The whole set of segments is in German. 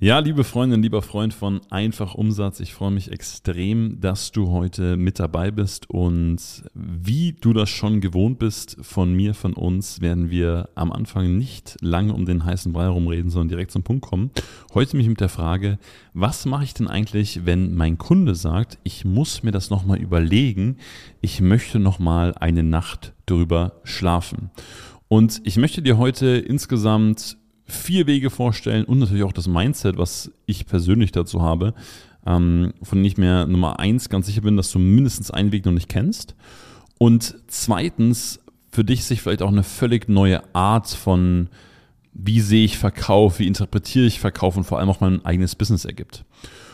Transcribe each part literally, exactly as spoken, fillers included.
Ja, liebe Freundin, lieber Freund von Einfach Umsatz, ich freue mich extrem, dass du heute mit dabei bist und wie du das schon gewohnt bist von mir, von uns, werden wir am Anfang nicht lange um den heißen Brei herumreden, sondern direkt zum Punkt kommen. Heute mich mit der Frage, was mache ich denn eigentlich, wenn mein Kunde sagt, ich muss mir das nochmal überlegen, ich möchte nochmal eine Nacht drüber schlafen. Und ich möchte dir heute insgesamt vier Wege vorstellen und natürlich auch das Mindset, was ich persönlich dazu habe, ähm, von dem ich mir Nummer eins ganz sicher bin, dass du mindestens einen Weg noch nicht kennst und zweitens für dich sich vielleicht auch eine völlig neue Art von wie sehe ich Verkauf, wie interpretiere ich Verkauf und vor allem auch mein eigenes Business ergibt.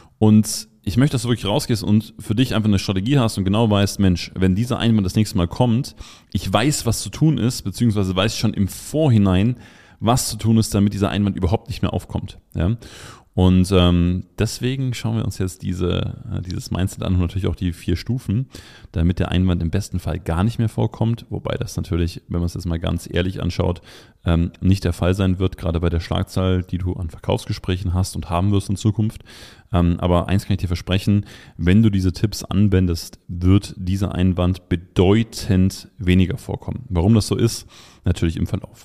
Und ich möchte, dass du wirklich rausgehst und für dich einfach eine Strategie hast und genau weißt, Mensch, wenn dieser Einwand das nächste Mal kommt, ich weiß, was zu tun ist, beziehungsweise weiß schon im Vorhinein, was zu tun ist, damit dieser Einwand überhaupt nicht mehr aufkommt. Ja? Und ähm, deswegen schauen wir uns jetzt diese, äh, dieses Mindset an und natürlich auch die vier Stufen, damit der Einwand im besten Fall gar nicht mehr vorkommt, wobei das natürlich, wenn man es jetzt mal ganz ehrlich anschaut, ähm, nicht der Fall sein wird, gerade bei der Schlagzahl, die du an Verkaufsgesprächen hast und haben wirst in Zukunft. Ähm, aber eins kann ich dir versprechen, wenn du diese Tipps anwendest, wird dieser Einwand bedeutend weniger vorkommen. Warum das so ist, natürlich im Verlauf.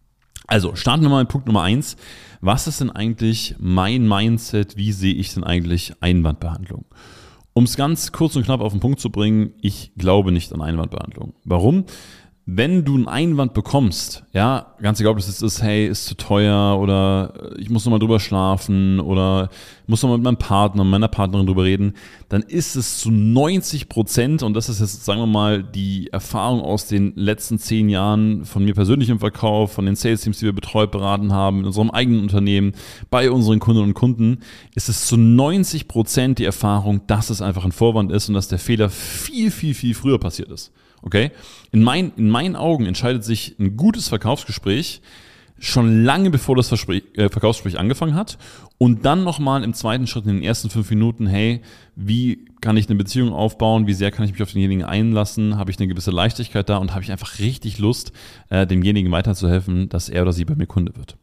Also starten wir mal mit Punkt Nummer eins. Was ist denn eigentlich mein Mindset? Wie sehe ich denn eigentlich Einwandbehandlung? Um es ganz kurz und knapp auf den Punkt zu bringen, ich glaube nicht an Einwandbehandlung. Warum? Wenn du einen Einwand bekommst, ja, ganz egal, ob das jetzt ist, hey, ist zu teuer oder ich muss nochmal drüber schlafen oder ich muss nochmal mit meinem Partner, meiner Partnerin drüber reden, dann ist es zu neunzig Prozent, und das ist jetzt, sagen wir mal, die Erfahrung aus den letzten zehn Jahren von mir persönlich im Verkauf, von den Sales-Teams, die wir betreut, beraten haben, in unserem eigenen Unternehmen, bei unseren Kundinnen und Kunden, ist es zu neunzig Prozent die Erfahrung, dass es einfach ein Vorwand ist und dass der Fehler viel, viel, viel früher passiert ist. Okay? In, mein, in meinen Augen entscheidet sich ein gutes Verkaufsgespräch schon lange bevor das Verspr- äh, Verkaufsgespräch angefangen hat und dann nochmal im zweiten Schritt in den ersten fünf Minuten, hey, wie kann ich eine Beziehung aufbauen, wie sehr kann ich mich auf denjenigen einlassen, habe ich eine gewisse Leichtigkeit da und habe ich einfach richtig Lust, äh, demjenigen weiterzuhelfen, dass er oder sie bei mir Kunde wird.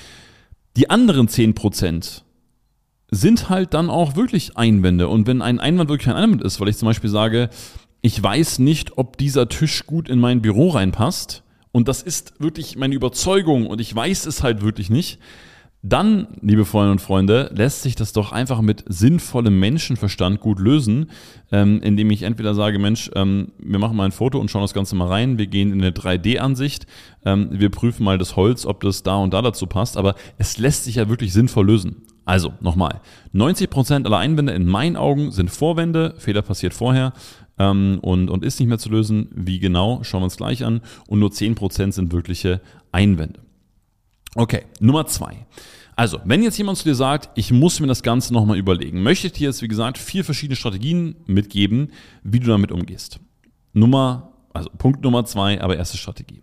Die anderen zehn Prozent sind halt dann auch wirklich Einwände und wenn ein Einwand wirklich ein Einwand ist, weil ich zum Beispiel sage, ich weiß nicht, ob dieser Tisch gut in mein Büro reinpasst und das ist wirklich meine Überzeugung und ich weiß es halt wirklich nicht, dann, liebe Freunde und Freunde, lässt sich das doch einfach mit sinnvollem Menschenverstand gut lösen, ähm, indem ich entweder sage, Mensch, ähm, wir machen mal ein Foto und schauen das Ganze mal rein, wir gehen in eine drei D Ansicht, ähm, wir prüfen mal das Holz, ob das da und da dazu passt, aber es lässt sich ja wirklich sinnvoll lösen. Also, nochmal, neunzig Prozent aller Einwände in meinen Augen sind Vorwände, Fehler passiert vorher, Ähm, und, und ist nicht mehr zu lösen. Wie genau, schauen wir uns gleich an. Und nur zehn Prozent sind wirkliche Einwände. Okay, Nummer zwei. Also, wenn jetzt jemand zu dir sagt, ich muss mir das Ganze nochmal überlegen, möchte ich dir jetzt, wie gesagt, vier verschiedene Strategien mitgeben, wie du damit umgehst. Nummer, also Punkt Nummer zwei, aber erste Strategie.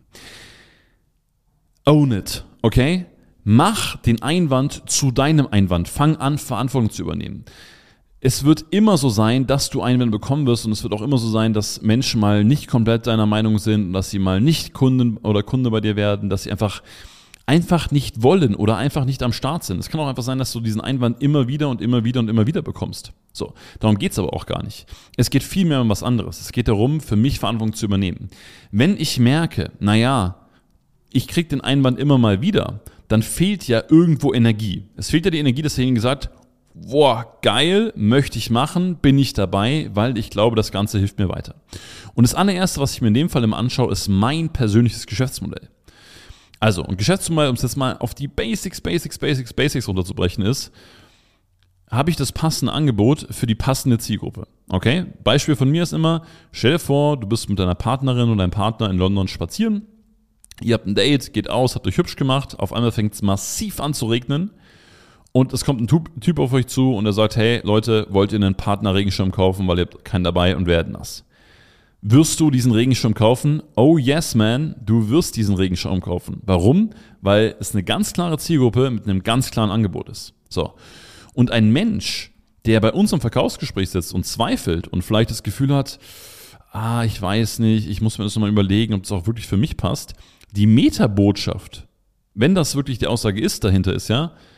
Own it, okay? Mach den Einwand zu deinem Einwand. Fang an, Verantwortung zu übernehmen. Es wird immer so sein, dass du Einwände bekommen wirst und es wird auch immer so sein, dass Menschen mal nicht komplett deiner Meinung sind und dass sie mal nicht Kunden oder Kunde bei dir werden, dass sie einfach, einfach nicht wollen oder einfach nicht am Start sind. Es kann auch einfach sein, dass du diesen Einwand immer wieder und immer wieder und immer wieder bekommst. So, darum geht es aber auch gar nicht. Es geht vielmehr um was anderes. Es geht darum, für mich Verantwortung zu übernehmen. Wenn ich merke, naja, ich kriege den Einwand immer mal wieder, dann fehlt ja irgendwo Energie. Es fehlt ja die Energie, dass derjenige sagt, boah, geil, möchte ich machen, bin ich dabei, weil ich glaube, das Ganze hilft mir weiter. Und das allererste, was ich mir in dem Fall immer anschaue, ist mein persönliches Geschäftsmodell. Also, ein Geschäftsmodell, um es jetzt mal auf die Basics, Basics, Basics, Basics runterzubrechen ist, habe ich das passende Angebot für die passende Zielgruppe. Okay? Beispiel von mir ist immer, stell dir vor, du bist mit deiner Partnerin oder deinem Partner in London spazieren, ihr habt ein Date, geht aus, habt euch hübsch gemacht, auf einmal fängt es massiv an zu regnen, und es kommt ein Typ auf euch zu und er sagt, hey Leute, wollt ihr einen Partner-Regenschirm kaufen, weil ihr habt keinen dabei und werden nass. Wirst du diesen Regenschirm kaufen? Oh yes, man, du wirst diesen Regenschirm kaufen. Warum? Weil es eine ganz klare Zielgruppe mit einem ganz klaren Angebot ist. So. Und ein Mensch, der bei uns im Verkaufsgespräch sitzt und zweifelt und vielleicht das Gefühl hat, ah, ich weiß nicht, ich muss mir das nochmal überlegen, ob das auch wirklich für mich passt. Die Metabotschaft, wenn das wirklich die Aussage ist, dahinter ist ja,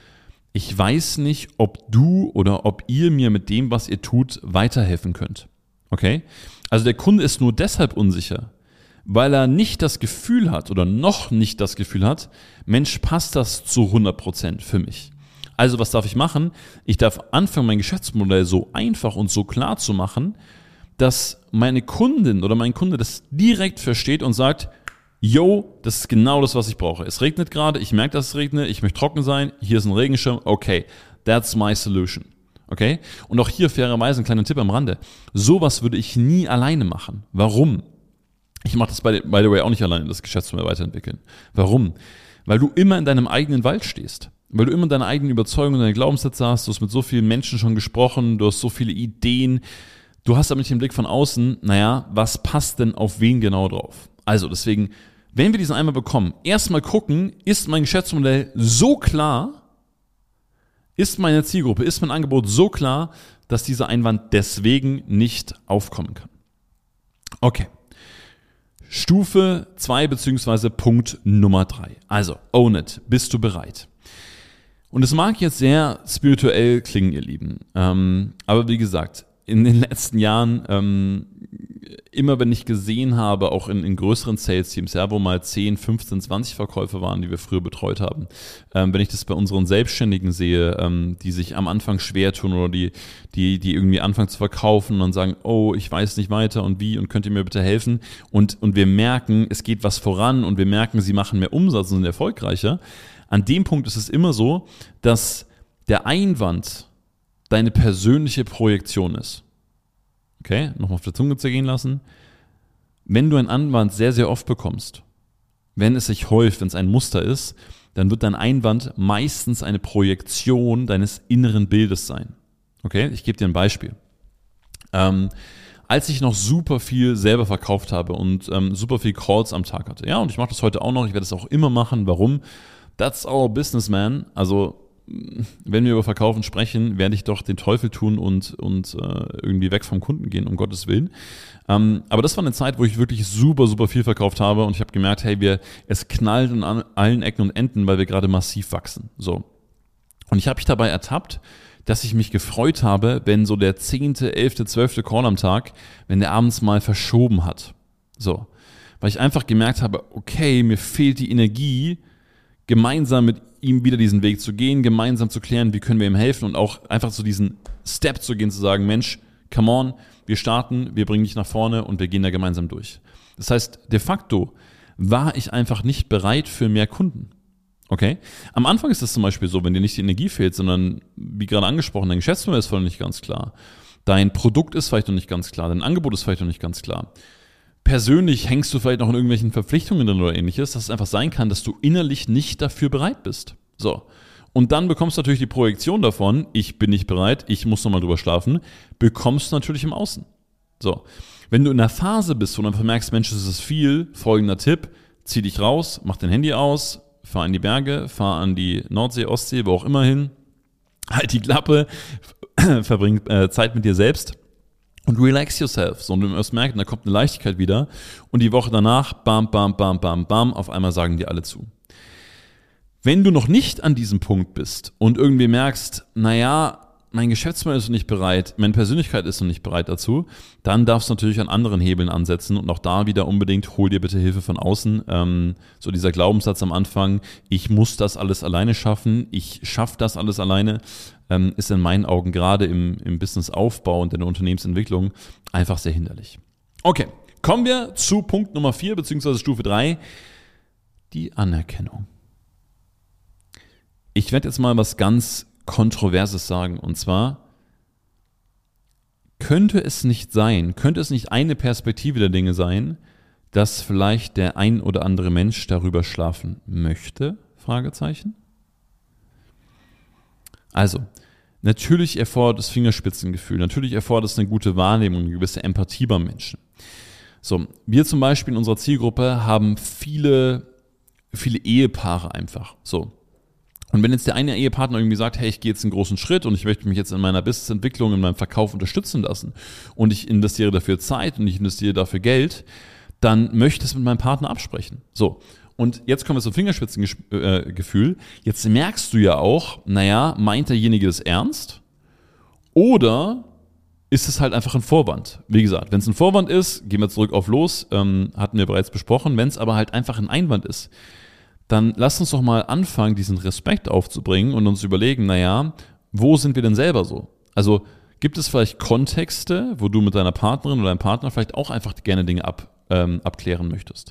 ich weiß nicht, ob du oder ob ihr mir mit dem, was ihr tut, weiterhelfen könnt. Okay? Also der Kunde ist nur deshalb unsicher, weil er nicht das Gefühl hat oder noch nicht das Gefühl hat, Mensch, passt das zu hundert Prozent für mich? Also was darf ich machen? Ich darf anfangen, mein Geschäftsmodell so einfach und so klar zu machen, dass meine Kundin oder mein Kunde das direkt versteht und sagt, yo, das ist genau das, was ich brauche. Es regnet gerade, ich merke, dass es regnet, ich möchte trocken sein, hier ist ein Regenschirm, okay, that's my solution. Okay? Und auch hier fairerweise ein kleiner Tipp am Rande. Sowas würde ich nie alleine machen. Warum? Ich mache das by the, by the way auch nicht alleine, das Geschäftsmodell weiterentwickeln. Warum? Weil du immer in deinem eigenen Wald stehst. Weil du immer deine eigenen Überzeugungen, deine Glaubenssätze hast, du hast mit so vielen Menschen schon gesprochen, du hast so viele Ideen. Du hast aber nicht den Blick von außen, naja, was passt denn auf wen genau drauf? Also deswegen, wenn wir diesen einmal bekommen, erstmal gucken, ist mein Geschäftsmodell so klar, ist meine Zielgruppe, ist mein Angebot so klar, dass dieser Einwand deswegen nicht aufkommen kann. Okay. Stufe zwei beziehungsweise Punkt Nummer drei. Also, own it. Bist du bereit? Und es mag jetzt sehr spirituell klingen, ihr Lieben. Ähm, aber wie gesagt, in den letzten Jahren, ähm, immer wenn ich gesehen habe, auch in, in größeren Sales-Teams, ja, wo mal zehn, fünfzehn, zwanzig Verkäufer waren, die wir früher betreut haben, ähm, wenn ich das bei unseren Selbstständigen sehe, ähm, die sich am Anfang schwer tun oder die, die, die irgendwie anfangen zu verkaufen und dann sagen, oh, ich weiß nicht weiter und wie und könnt ihr mir bitte helfen? Und, und wir merken, es geht was voran und wir merken, sie machen mehr Umsatz und sind erfolgreicher. An dem Punkt ist es immer so, dass der Einwand deine persönliche Projektion ist. Okay, nochmal auf der Zunge zergehen lassen. Wenn du einen Einwand sehr, sehr oft bekommst, wenn es sich häuft, wenn es ein Muster ist, dann wird dein Einwand meistens eine Projektion deines inneren Bildes sein. Okay, ich gebe dir ein Beispiel. Ähm, als ich noch super viel selber verkauft habe und ähm, super viel Calls am Tag hatte, ja, und ich mache das heute auch noch, ich werde das auch immer machen. Warum? That's our business, man. Also wenn wir über Verkaufen sprechen, werde ich doch den Teufel tun und, und äh, irgendwie weg vom Kunden gehen, um Gottes Willen. Ähm, aber das war eine Zeit, wo ich wirklich super, super viel verkauft habe und ich habe gemerkt, hey, wir, es knallt an allen Ecken und Enden, weil wir gerade massiv wachsen. So. Und ich habe mich dabei ertappt, dass ich mich gefreut habe, wenn so der zehnte, elfte, zwölfte Call am Tag, wenn der abends mal verschoben hat. So. Weil ich einfach gemerkt habe, okay, mir fehlt die Energie, gemeinsam mit ihm wieder diesen Weg zu gehen, gemeinsam zu klären, wie können wir ihm helfen und auch einfach zu diesen Step zu gehen, zu sagen, Mensch, come on, wir starten, wir bringen dich nach vorne und wir gehen da gemeinsam durch. Das heißt, de facto war ich einfach nicht bereit für mehr Kunden. Okay? Am Anfang ist es zum Beispiel so, wenn dir nicht die Energie fehlt, sondern, wie gerade angesprochen, dein Geschäftsmodell ist voll nicht ganz klar. Dein Produkt ist vielleicht noch nicht ganz klar, dein Angebot ist vielleicht noch nicht ganz klar. Persönlich hängst du vielleicht noch in irgendwelchen Verpflichtungen drin oder ähnliches, dass es einfach sein kann, dass du innerlich nicht dafür bereit bist. So. Und dann bekommst du natürlich die Projektion davon, ich bin nicht bereit, ich muss nochmal drüber schlafen, bekommst du natürlich im Außen. So. Wenn du in der Phase bist, wo du einfach merkst, Mensch, das ist viel, folgender Tipp, zieh dich raus, mach dein Handy aus, fahr in die Berge, fahr an die Nordsee, Ostsee, wo auch immer hin, halt die Klappe, verbring äh, Zeit mit dir selbst. Und relax yourself. So, und du wirst merken, da kommt eine Leichtigkeit wieder. Und die Woche danach, bam, bam, bam, bam, bam, auf einmal sagen dir alle zu. Wenn du noch nicht an diesem Punkt bist und irgendwie merkst, naja, mein Geschäftsmodell ist noch nicht bereit, meine Persönlichkeit ist noch nicht bereit dazu, dann darfst du natürlich an anderen Hebeln ansetzen und auch da wieder unbedingt, hol dir bitte Hilfe von außen. Ähm, so dieser Glaubenssatz am Anfang, ich muss das alles alleine schaffen, ich schaffe das alles alleine, ähm, ist in meinen Augen gerade im, im Businessaufbau und in der Unternehmensentwicklung einfach sehr hinderlich. Okay, kommen wir zu Punkt Nummer vier beziehungsweise Stufe drei, die Anerkennung. Ich werde jetzt mal was ganz Kontroverses sagen, und zwar könnte es nicht sein, könnte es nicht eine Perspektive der Dinge sein, dass vielleicht der ein oder andere Mensch darüber schlafen möchte? Fragezeichen. Also, natürlich erfordert es Fingerspitzengefühl, natürlich erfordert es eine gute Wahrnehmung, eine gewisse Empathie beim Menschen. So, wir zum Beispiel in unserer Zielgruppe haben viele, viele Ehepaare einfach, so. Und wenn jetzt der eine Ehepartner irgendwie sagt, hey, ich gehe jetzt einen großen Schritt und ich möchte mich jetzt in meiner Businessentwicklung, in meinem Verkauf unterstützen lassen und ich investiere dafür Zeit und ich investiere dafür Geld, dann möchte ich es mit meinem Partner absprechen. So. Und jetzt kommen wir zum Fingerspitzengefühl. Jetzt merkst du ja auch, naja, meint derjenige das ernst? Oder ist es halt einfach ein Vorwand? Wie gesagt, wenn es ein Vorwand ist, gehen wir zurück auf los, ähm, hatten wir bereits besprochen. Wenn es aber halt einfach ein Einwand ist, dann lass uns doch mal anfangen, diesen Respekt aufzubringen und uns überlegen, naja, wo sind wir denn selber so? Also gibt es vielleicht Kontexte, wo du mit deiner Partnerin oder deinem Partner vielleicht auch einfach gerne Dinge ab, ähm, abklären möchtest?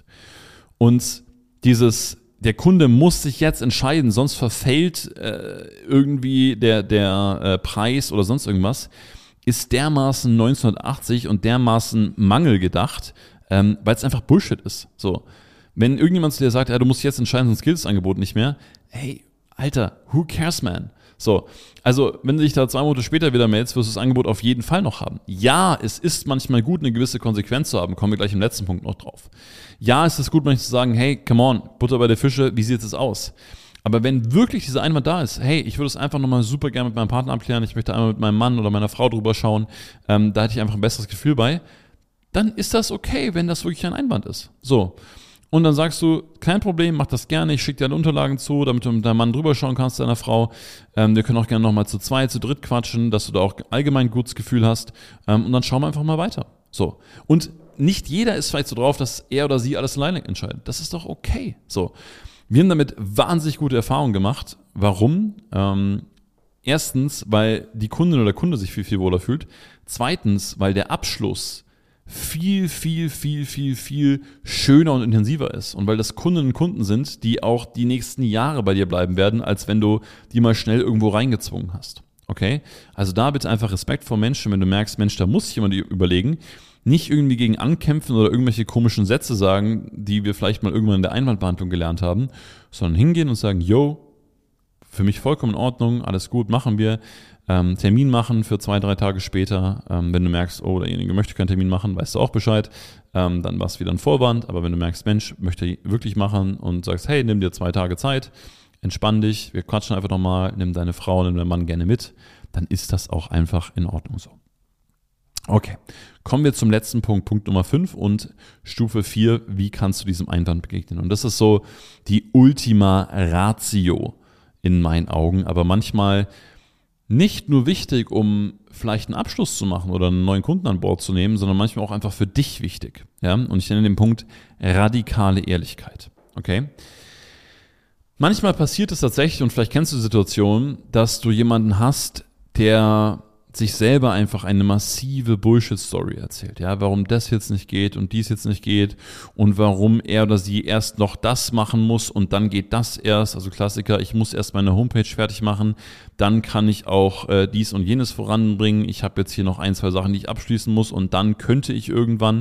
Und dieses, der Kunde muss sich jetzt entscheiden, sonst verfällt äh, irgendwie der, der äh, Preis oder sonst irgendwas, ist dermaßen neunzehnhundertachtzig und dermaßen mangelgedacht, ähm, weil es einfach Bullshit ist. So, wenn irgendjemand zu dir sagt, ja, du musst jetzt entscheiden, sonst gilt das Angebot nicht mehr, hey, Alter, who cares, man? So, also wenn du dich da zwei Monate später wieder meldest, wirst du das Angebot auf jeden Fall noch haben. Ja, es ist manchmal gut, eine gewisse Konsequenz zu haben, kommen wir gleich im letzten Punkt noch drauf. Ja, es ist gut, manchmal zu sagen, hey, come on, Butter bei der Fische, wie sieht es aus? Aber wenn wirklich dieser Einwand da ist, hey, ich würde es einfach nochmal super gerne mit meinem Partner abklären, ich möchte einmal mit meinem Mann oder meiner Frau drüber schauen, ähm, da hätte ich einfach ein besseres Gefühl bei, dann ist das okay, wenn das wirklich ein Einwand ist. So. Und dann sagst du, kein Problem, mach das gerne, ich schicke dir alle Unterlagen zu, damit du mit deinem Mann drüber schauen kannst, deiner Frau. Ähm, wir können auch gerne nochmal zu zweit, zu dritt quatschen, dass du da auch allgemein ein gutes Gefühl hast. Ähm, und dann schauen wir einfach mal weiter. So. Und nicht jeder ist vielleicht so drauf, dass er oder sie alles alleine entscheidet. Das ist doch okay. So. Wir haben damit wahnsinnig gute Erfahrungen gemacht. Warum? Ähm, erstens, weil die Kundin oder der Kunde sich viel, viel wohler fühlt. Zweitens, weil der Abschluss viel, viel, viel, viel, viel schöner und intensiver ist. Und weil das Kundinnen und Kunden sind, die auch die nächsten Jahre bei dir bleiben werden, als wenn du die mal schnell irgendwo reingezwungen hast. Okay? Also da bitte einfach Respekt vor Menschen, wenn du merkst, Mensch, da muss sich jemand überlegen, nicht irgendwie gegen ankämpfen oder irgendwelche komischen Sätze sagen, die wir vielleicht mal irgendwann in der Einwandbehandlung gelernt haben, sondern hingehen und sagen, yo, für mich vollkommen in Ordnung, alles gut, machen wir. Ähm, Termin machen für zwei, drei Tage später. Ähm, wenn du merkst, oh, derjenige möchte keinen Termin machen, weißt du auch Bescheid. Ähm, dann war es wieder ein Vorwand. Aber wenn du merkst, Mensch, möchte wirklich machen und sagst, hey, nimm dir zwei Tage Zeit, entspann dich, wir quatschen einfach nochmal, nimm deine Frau, nimm deinen Mann gerne mit, dann ist das auch einfach in Ordnung so. Okay, kommen wir zum letzten Punkt, Punkt Nummer fünf und Stufe vier, wie kannst du diesem Einwand begegnen? Und das ist so die Ultima Ratio in meinen Augen, aber manchmal nicht nur wichtig, um vielleicht einen Abschluss zu machen oder einen neuen Kunden an Bord zu nehmen, sondern manchmal auch einfach für dich wichtig. Ja? Und ich nenne den Punkt radikale Ehrlichkeit. Okay? Manchmal passiert es tatsächlich, und vielleicht kennst du die Situation, dass du jemanden hast, der sich selber einfach eine massive Bullshit-Story erzählt, ja, warum das jetzt nicht geht und dies jetzt nicht geht und warum er oder sie erst noch das machen muss und dann geht das erst, also Klassiker, ich muss erst meine Homepage fertig machen, dann kann ich auch äh, dies und jenes voranbringen, ich habe jetzt hier noch ein, zwei Sachen, die ich abschließen muss und dann könnte ich irgendwann,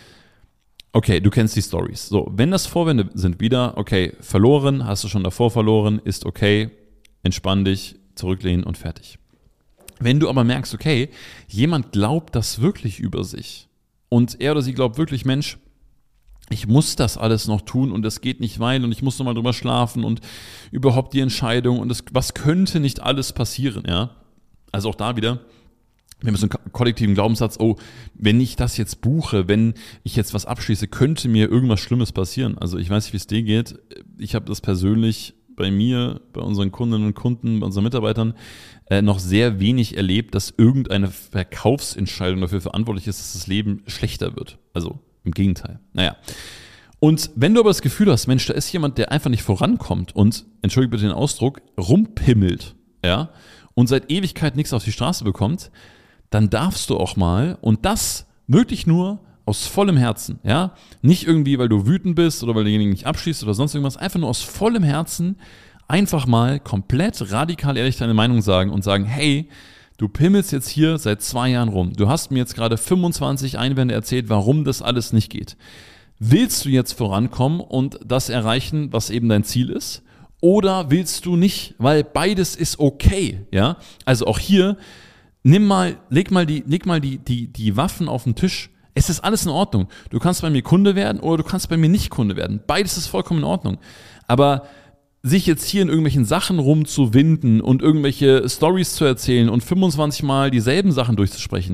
okay, du kennst die Stories, so, wenn das Vorwände sind wieder, okay, verloren, hast du schon davor verloren, ist okay, entspann dich, zurücklehnen und fertig. Wenn du aber merkst, okay, jemand glaubt das wirklich über sich und er oder sie glaubt wirklich, Mensch, ich muss das alles noch tun und es geht nicht weil und ich muss noch mal drüber schlafen und überhaupt die Entscheidung und das, was könnte nicht alles passieren, ja? Also auch da wieder, wir haben so einen kollektiven Glaubenssatz, oh, wenn ich das jetzt buche, wenn ich jetzt was abschließe, könnte mir irgendwas Schlimmes passieren. Also ich weiß nicht, wie es dir geht. Ich habe das persönlich bei mir, bei unseren Kundinnen und Kunden, bei unseren Mitarbeitern äh, noch sehr wenig erlebt, dass irgendeine Verkaufsentscheidung dafür verantwortlich ist, dass das Leben schlechter wird. Also im Gegenteil. Naja. Und wenn du aber das Gefühl hast, Mensch, da ist jemand, der einfach nicht vorankommt und, entschuldige bitte den Ausdruck, rumpimmelt, ja, und seit Ewigkeit nichts auf die Straße bekommt, dann darfst du auch mal, und das wirklich nur aus vollem Herzen, ja, nicht irgendwie, weil du wütend bist oder weil derjenige nicht abschließt oder sonst irgendwas, einfach nur aus vollem Herzen einfach mal komplett radikal ehrlich deine Meinung sagen und sagen, hey, du pimmelst jetzt hier seit zwei Jahren rum, du hast mir jetzt gerade fünfundzwanzig Einwände erzählt, warum das alles nicht geht. Willst du jetzt vorankommen und das erreichen, was eben dein Ziel ist? Oder willst du nicht? Weil beides ist okay, ja. Also auch hier, nimm mal, leg mal die, leg mal die, die, die Waffen auf den Tisch. Es ist alles in Ordnung. Du kannst bei mir Kunde werden oder du kannst bei mir nicht Kunde werden. Beides ist vollkommen in Ordnung. Aber sich jetzt hier in irgendwelchen Sachen rumzuwinden und irgendwelche Stories zu erzählen und fünfundzwanzig Mal dieselben Sachen durchzusprechen,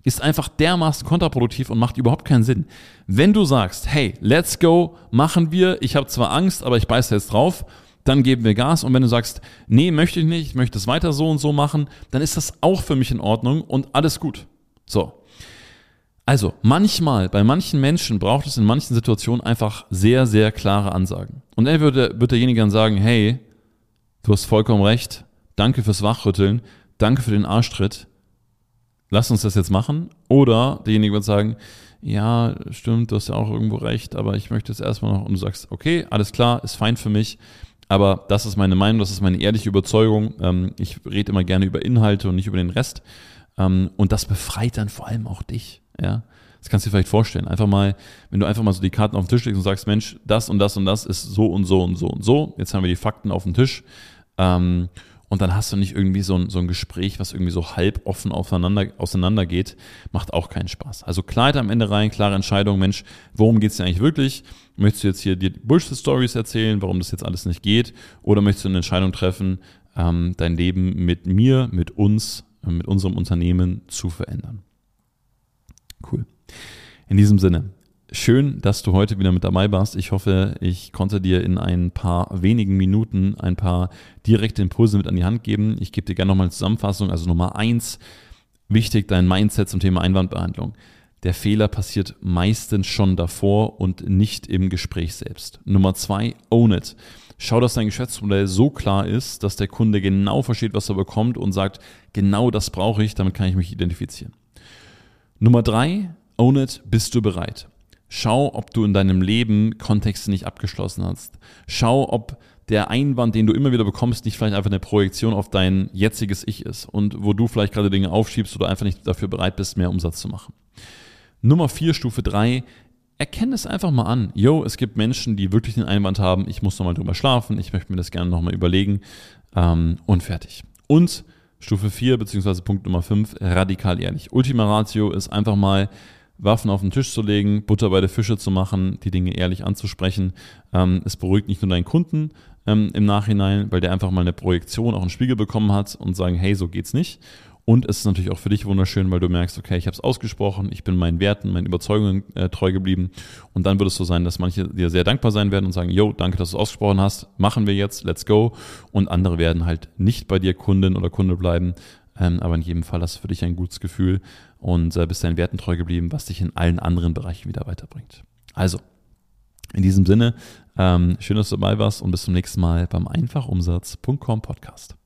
ist einfach dermaßen kontraproduktiv und macht überhaupt keinen Sinn. Wenn du sagst, hey, let's go, machen wir, ich habe zwar Angst, aber ich beiße jetzt drauf, dann geben wir Gas. Und wenn du sagst, nee, möchte ich nicht, ich möchte es weiter so und so machen, dann ist das auch für mich in Ordnung und alles gut. So. Also, manchmal, bei manchen Menschen braucht es in manchen Situationen einfach sehr, sehr klare Ansagen. Und entweder wird derjenige dann sagen, hey, du hast vollkommen recht, danke fürs Wachrütteln, danke für den Arschtritt, lass uns das jetzt machen. Oder derjenige wird sagen, ja, stimmt, du hast ja auch irgendwo recht, aber ich möchte jetzt erstmal noch, und du sagst, okay, alles klar, ist fein für mich, aber das ist meine Meinung, das ist meine ehrliche Überzeugung. Ich rede immer gerne über Inhalte und nicht über den Rest. Und das befreit dann vor allem auch dich. Ja, das kannst du dir vielleicht vorstellen. Einfach mal, wenn du einfach mal so die Karten auf den Tisch legst und sagst, Mensch, das und das und das ist so und so und so und so. Jetzt haben wir die Fakten auf dem Tisch. Ähm, und dann hast du nicht irgendwie so ein, so ein Gespräch, was irgendwie so halb offen aufeinander, auseinander geht. Macht auch keinen Spaß. Also Klarheit am Ende rein, klare Entscheidung. Mensch, worum geht es dir eigentlich wirklich? Möchtest du jetzt hier dir Bullshit-Stories erzählen, warum das jetzt alles nicht geht? Oder möchtest du eine Entscheidung treffen, ähm, dein Leben mit mir, mit uns, äh, mit unserem Unternehmen zu verändern? Cool. In diesem Sinne, schön, dass du heute wieder mit dabei warst. Ich hoffe, ich konnte dir in ein paar wenigen Minuten ein paar direkte Impulse mit an die Hand geben. Ich gebe dir gerne nochmal eine Zusammenfassung. Also Nummer eins, wichtig, dein Mindset zum Thema Einwandbehandlung. Der Fehler passiert meistens schon davor und nicht im Gespräch selbst. Nummer zwei, own it. Schau, dass dein Geschäftsmodell so klar ist, dass der Kunde genau versteht, was er bekommt und sagt, genau das brauche ich, damit kann ich mich identifizieren. Nummer drei, own it, bist du bereit. Schau, ob du in deinem Leben Kontexte nicht abgeschlossen hast. Schau, ob der Einwand, den du immer wieder bekommst, nicht vielleicht einfach eine Projektion auf dein jetziges Ich ist und wo du vielleicht gerade Dinge aufschiebst oder einfach nicht dafür bereit bist, mehr Umsatz zu machen. Nummer vier, Stufe drei, erkenne es einfach mal an. Yo, es gibt Menschen, die wirklich den Einwand haben, ich muss nochmal drüber schlafen, ich möchte mir das gerne nochmal überlegen ähm, und fertig. Und Stufe vier beziehungsweise Punkt Nummer fünf, radikal ehrlich. Ultima Ratio ist einfach mal Waffen auf den Tisch zu legen, Butter bei der Fische zu machen, die Dinge ehrlich anzusprechen. Ähm, es beruhigt nicht nur deinen Kunden ähm, im Nachhinein, weil der einfach mal eine Projektion, auch einen Spiegel bekommen hat und sagen, hey, so geht's nicht. Und es ist natürlich auch für dich wunderschön, weil du merkst, okay, ich habe es ausgesprochen, ich bin meinen Werten, meinen Überzeugungen äh, treu geblieben. Und dann wird es so sein, dass manche dir sehr dankbar sein werden und sagen, yo, danke, dass du es ausgesprochen hast, machen wir jetzt, let's go. Und andere werden halt nicht bei dir Kundin oder Kunde bleiben. Ähm, aber in jedem Fall hast du für dich ein gutes Gefühl und äh, bist deinen Werten treu geblieben, was dich in allen anderen Bereichen wieder weiterbringt. Also, in diesem Sinne, ähm, schön, dass du dabei warst und bis zum nächsten Mal beim Einfachumsatz Punkt com Podcast.